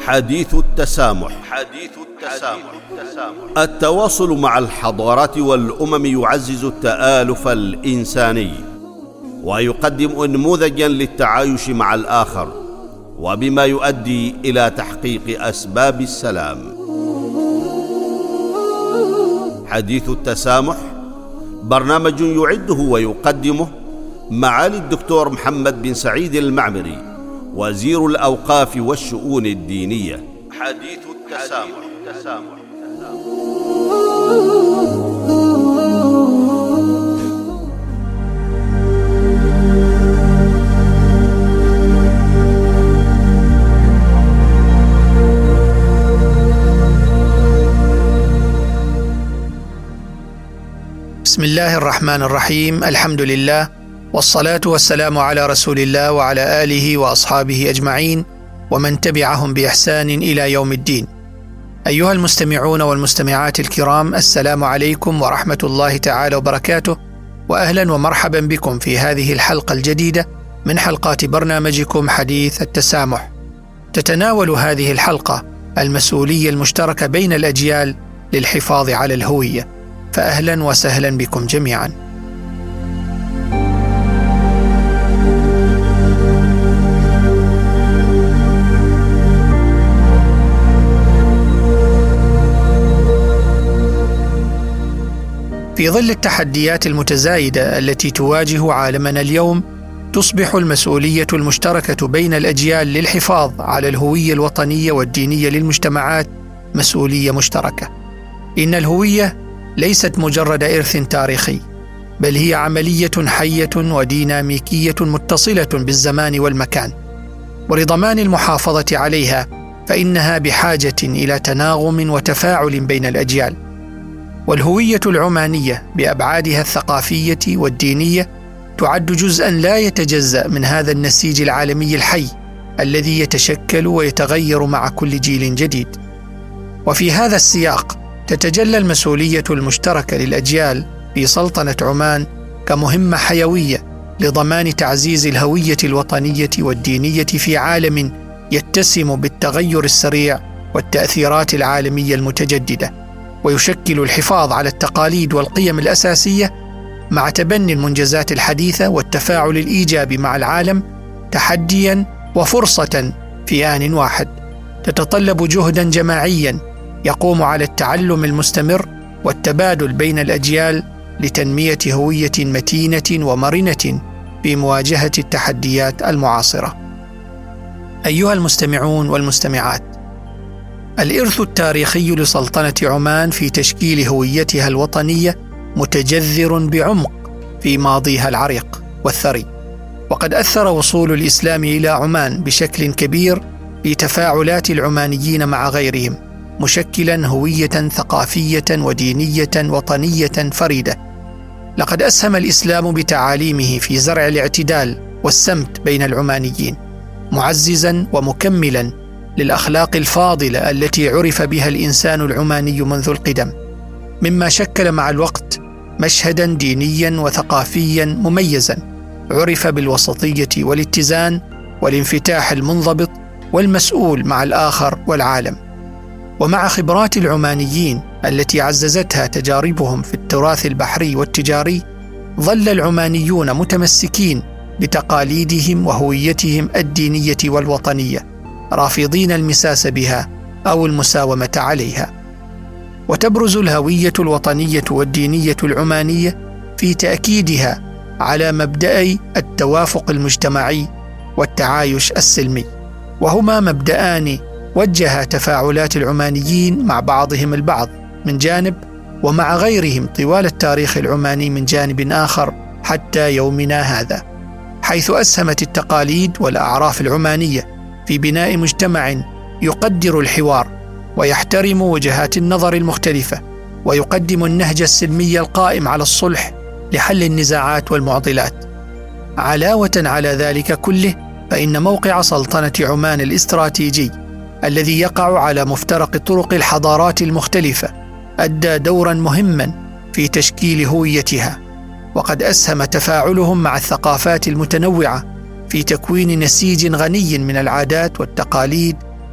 حديث التسامح. التواصل مع الحضارات والأمم يعزز التآلف الإنساني ويقدم نموذجا للتعايش مع الآخر، وبما يؤدي إلى تحقيق أسباب السلام. حديث التسامح برنامج يعده ويقدمه معالي الدكتور محمد بن سعيد المعمري، وزير الأوقاف والشؤون الدينية. حديث التسامح. بسم الله الرحمن الرحيم. الحمد لله، والصلاة والسلام على رسول الله وعلى آله وأصحابه أجمعين ومن تبعهم بإحسان إلى يوم الدين. أيها المستمعون والمستمعات الكرام، السلام عليكم ورحمة الله تعالى وبركاته، وأهلا ومرحبا بكم في هذه الحلقة الجديدة من حلقات برنامجكم حديث التسامح. تتناول هذه الحلقة المسؤولية المشتركة بين الأجيال للحفاظ على الهوية، فأهلا وسهلا بكم جميعا. في ظل التحديات المتزايدة التي تواجه عالمنا اليوم، تصبح المسؤولية المشتركة بين الأجيال للحفاظ على الهوية الوطنية والدينية للمجتمعات مسؤولية مشتركة. إن الهوية ليست مجرد إرث تاريخي، بل هي عملية حية وديناميكية متصلة بالزمان والمكان، ولضمان المحافظة عليها فإنها بحاجة إلى تناغم وتفاعل بين الأجيال. والهوية العمانية بأبعادها الثقافية والدينية تعد جزءاً لا يتجزأ من هذا النسيج العالمي الحي الذي يتشكل ويتغير مع كل جيل جديد. وفي هذا السياق تتجلى المسؤولية المشتركة للأجيال في سلطنة عمان كمهمة حيوية لضمان تعزيز الهوية الوطنية والدينية في عالم يتسم بالتغير السريع والتأثيرات العالمية المتجددة، ويشكل الحفاظ على التقاليد والقيم الأساسية مع تبني المنجزات الحديثة والتفاعل الإيجابي مع العالم تحدياً وفرصة في آن واحد. تتطلب جهداً جماعياً يقوم على التعلم المستمر والتبادل بين الأجيال لتنمية هوية متينة ومرنة في مواجهة التحديات المعاصرة. أيها المستمعون والمستمعات، الإرث التاريخي لسلطنة عمان في تشكيل هويتها الوطنية متجذر بعمق في ماضيها العريق والثري، وقد أثر وصول الإسلام إلى عمان بشكل كبير في تفاعلات العمانيين مع غيرهم، مشكلا هوية ثقافية ودينية وطنية فريدة. لقد أسهم الإسلام بتعاليمه في زرع الاعتدال والسمت بين العمانيين، معززا ومكملا للأخلاق الفاضلة التي عرف بها الإنسان العماني منذ القدم، مما شكل مع الوقت مشهدا دينيا وثقافيا مميزا عرف بالوسطية والاتزان والانفتاح المنضبط والمسؤول مع الآخر والعالم. ومع خبرات العمانيين التي عززتها تجاربهم في التراث البحري والتجاري، ظل العمانيون متمسكين بتقاليدهم وهويتهم الدينية والوطنية، رافضين المساس بها أو المساومة عليها. وتبرز الهوية الوطنية والدينية العمانية في تأكيدها على مبدأي التوافق المجتمعي والتعايش السلمي، وهما مبدأان وجه تفاعلات العمانيين مع بعضهم البعض من جانب، ومع غيرهم طوال التاريخ العماني من جانب آخر حتى يومنا هذا، حيث أسهمت التقاليد والأعراف العمانية في بناء مجتمع يقدر الحوار ويحترم وجهات النظر المختلفة، ويقدم النهج السلمي القائم على الصلح لحل النزاعات والمعضلات. علاوة على ذلك كله، فإن موقع سلطنة عمان الاستراتيجي الذي يقع على مفترق طرق الحضارات المختلفة أدى دورا مهما في تشكيل هويتها، وقد أسهم تفاعلهم مع الثقافات المتنوعة في تكوين نسيج غني من العادات والتقاليد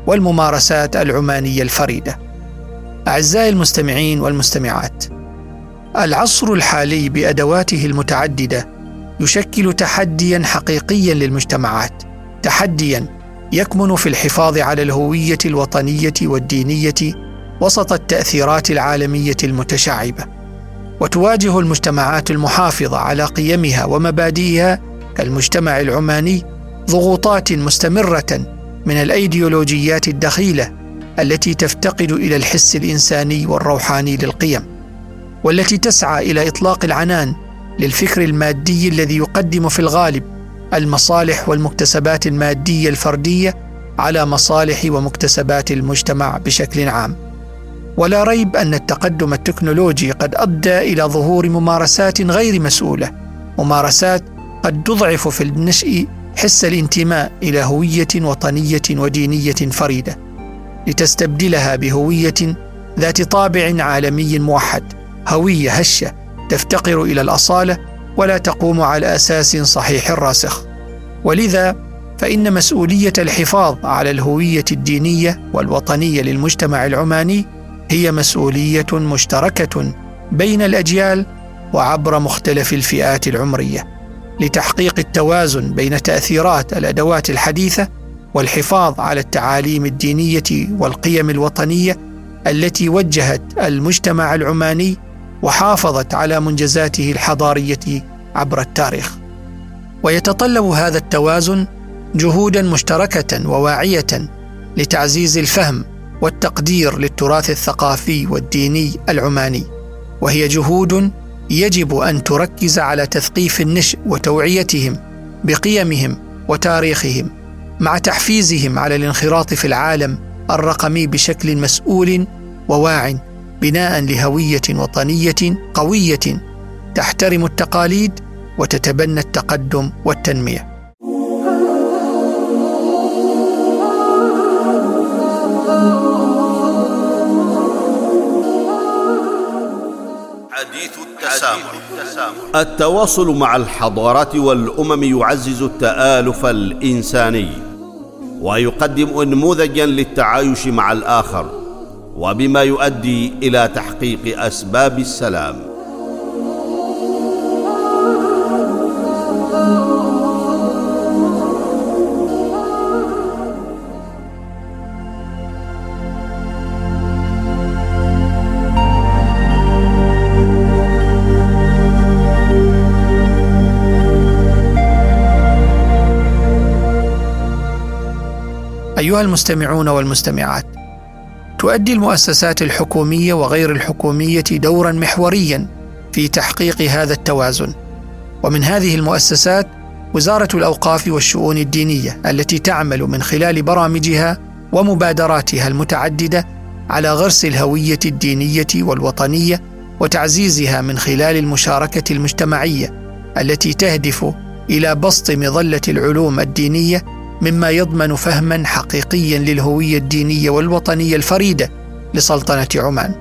والممارسات العمانية الفريدة. أعزائي المستمعين والمستمعات، العصر الحالي بأدواته المتعددة يشكل تحدياً حقيقياً للمجتمعات، تحدياً يكمن في الحفاظ على الهوية الوطنية والدينية وسط التأثيرات العالمية المتشعبة. وتواجه المجتمعات المحافظة على قيمها ومبادئها كالمجتمع العماني ضغوطات مستمرة من الأيديولوجيات الدخيلة التي تفتقد إلى الحس الإنساني والروحاني للقيم، والتي تسعى إلى إطلاق العنان للفكر المادي الذي يقدم في الغالب المصالح والمكتسبات المادية الفردية على مصالح ومكتسبات المجتمع بشكل عام. ولا ريب أن التقدم التكنولوجي قد أدى إلى ظهور ممارسات غير مسؤولة، ممارسات قد تضعف في النشء حس الانتماء إلى هوية وطنية ودينية فريدة، لتستبدلها بهوية ذات طابع عالمي موحد، هوية هشة تفتقر إلى الأصالة ولا تقوم على أساس صحيح راسخ. ولذا فإن مسؤولية الحفاظ على الهوية الدينية والوطنية للمجتمع العماني هي مسؤولية مشتركة بين الأجيال وعبر مختلف الفئات العمرية، لتحقيق التوازن بين تأثيرات الأدوات الحديثة والحفاظ على التعاليم الدينية والقيم الوطنية التي وجهت المجتمع العماني وحافظت على منجزاته الحضارية عبر التاريخ. ويتطلب هذا التوازن جهوداً مشتركة وواعية لتعزيز الفهم والتقدير للتراث الثقافي والديني العماني، وهي جهود يجب أن تركز على تثقيف النشء وتوعيتهم بقيمهم وتاريخهم، مع تحفيزهم على الانخراط في العالم الرقمي بشكل مسؤول وواع، بناء لهوية وطنية قوية تحترم التقاليد وتتبنى التقدم والتنمية. حديث التسامح. التواصل مع الحضارات والأمم يعزز التآلف الإنساني ويقدم نموذجاً للتعايش مع الآخر، وبما يؤدي إلى تحقيق أسباب السلام. أيها المستمعون والمستمعات، تؤدي المؤسسات الحكومية وغير الحكومية دوراً محورياً في تحقيق هذا التوازن. ومن هذه المؤسسات وزارة الأوقاف والشؤون الدينية، التي تعمل من خلال برامجها ومبادراتها المتعددة على غرس الهوية الدينية والوطنية وتعزيزها من خلال المشاركة المجتمعية التي تهدف إلى بسط مظلة العلوم الدينية، مما يضمن فهماً حقيقياً للهوية الدينية والوطنية الفريدة لسلطنة عمان.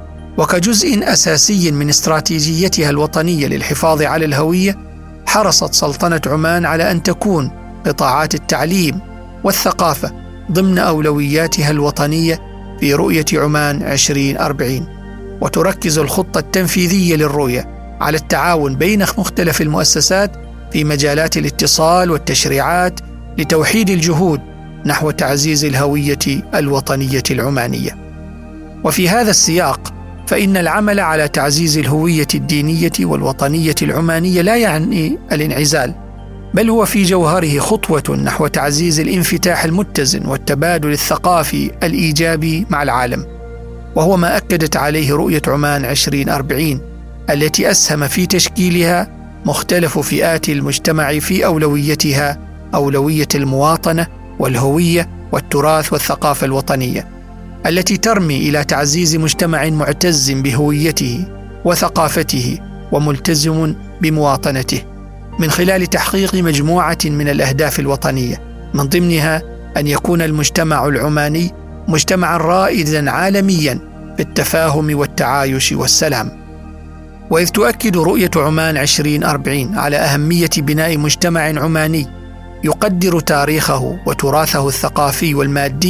وكجزء أساسي من استراتيجيتها الوطنية للحفاظ على الهوية، حرصت سلطنة عمان على أن تكون قطاعات التعليم والثقافة ضمن أولوياتها الوطنية في رؤية عمان 2040. وتركز الخطة التنفيذية للرؤية على التعاون بين مختلف المؤسسات في مجالات الاتصال والتشريعات لتوحيد الجهود نحو تعزيز الهوية الوطنية العمانية. وفي هذا السياق فإن العمل على تعزيز الهوية الدينية والوطنية العمانية لا يعني الانعزال، بل هو في جوهره خطوة نحو تعزيز الانفتاح المتزن والتبادل الثقافي الإيجابي مع العالم، وهو ما أكدت عليه رؤية عمان 2040 التي أسهم في تشكيلها مختلف فئات المجتمع في أولويتها أولوية المواطنة والهوية والتراث والثقافة الوطنية، التي ترمي إلى تعزيز مجتمع معتز بهويته وثقافته وملتزم بمواطنته من خلال تحقيق مجموعة من الأهداف الوطنية، من ضمنها أن يكون المجتمع العماني مجتمعاً رائداً عالمياً في التفاهم والتعايش والسلام. وإذ تؤكد رؤية عمان 2040 على أهمية بناء مجتمع عماني يقدر تاريخه وتراثه الثقافي والمادي،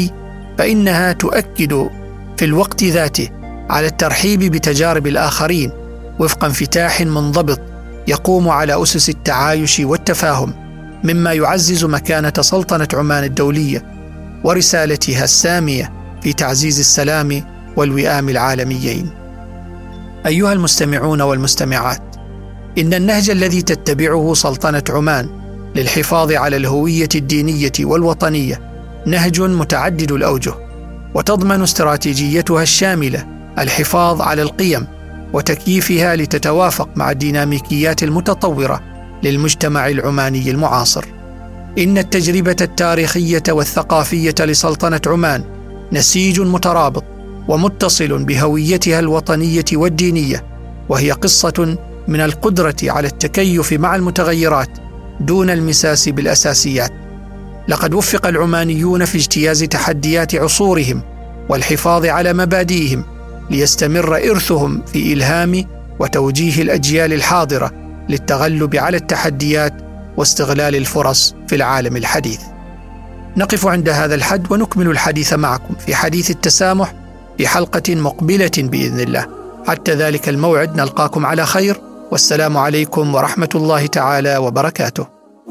فإنها تؤكد في الوقت ذاته على الترحيب بتجارب الآخرين وفق انفتاح منضبط يقوم على أسس التعايش والتفاهم، مما يعزز مكانة سلطنة عمان الدولية ورسالتها السامية في تعزيز السلام والوئام العالميين. أيها المستمعون والمستمعات، إن النهج الذي تتبعه سلطنة عمان للحفاظ على الهوية الدينية والوطنية نهج متعدد الأوجه، وتضمن استراتيجيتها الشاملة الحفاظ على القيم وتكييفها لتتوافق مع الديناميكيات المتطورة للمجتمع العماني المعاصر. إن التجربة التاريخية والثقافية لسلطنة عمان نسيج مترابط ومتصل بهويتها الوطنية والدينية، وهي قصة من القدرة على التكيف مع المتغيرات دون المساس بالأساسيات. لقد وفق العمانيون في اجتياز تحديات عصورهم والحفاظ على مبادئهم ليستمر إرثهم في إلهام وتوجيه الأجيال الحاضرة للتغلب على التحديات واستغلال الفرص في العالم الحديث. نقف عند هذا الحد ونكمل الحديث معكم في حديث التسامح في حلقة مقبلة بإذن الله. حتى ذلك الموعد نلقاكم على خير، والسلام عليكم ورحمة الله تعالى وبركاته.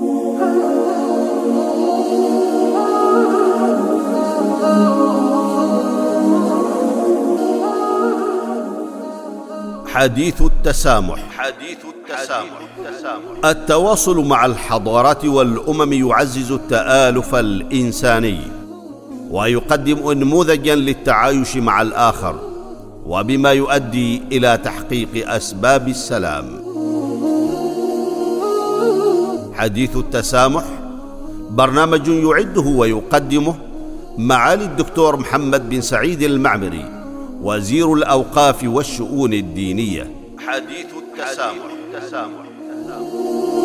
حديث التسامح. التواصل مع الحضارات والأمم يعزز التآلف الإنساني ويقدم نموذجا للتعايش مع الآخر، وبما يؤدي إلى تحقيق أسباب السلام. حديث التسامح برنامج يعده ويقدمه معالي الدكتور محمد بن سعيد المعمري، وزير الأوقاف والشؤون الدينية. حديث التسامح.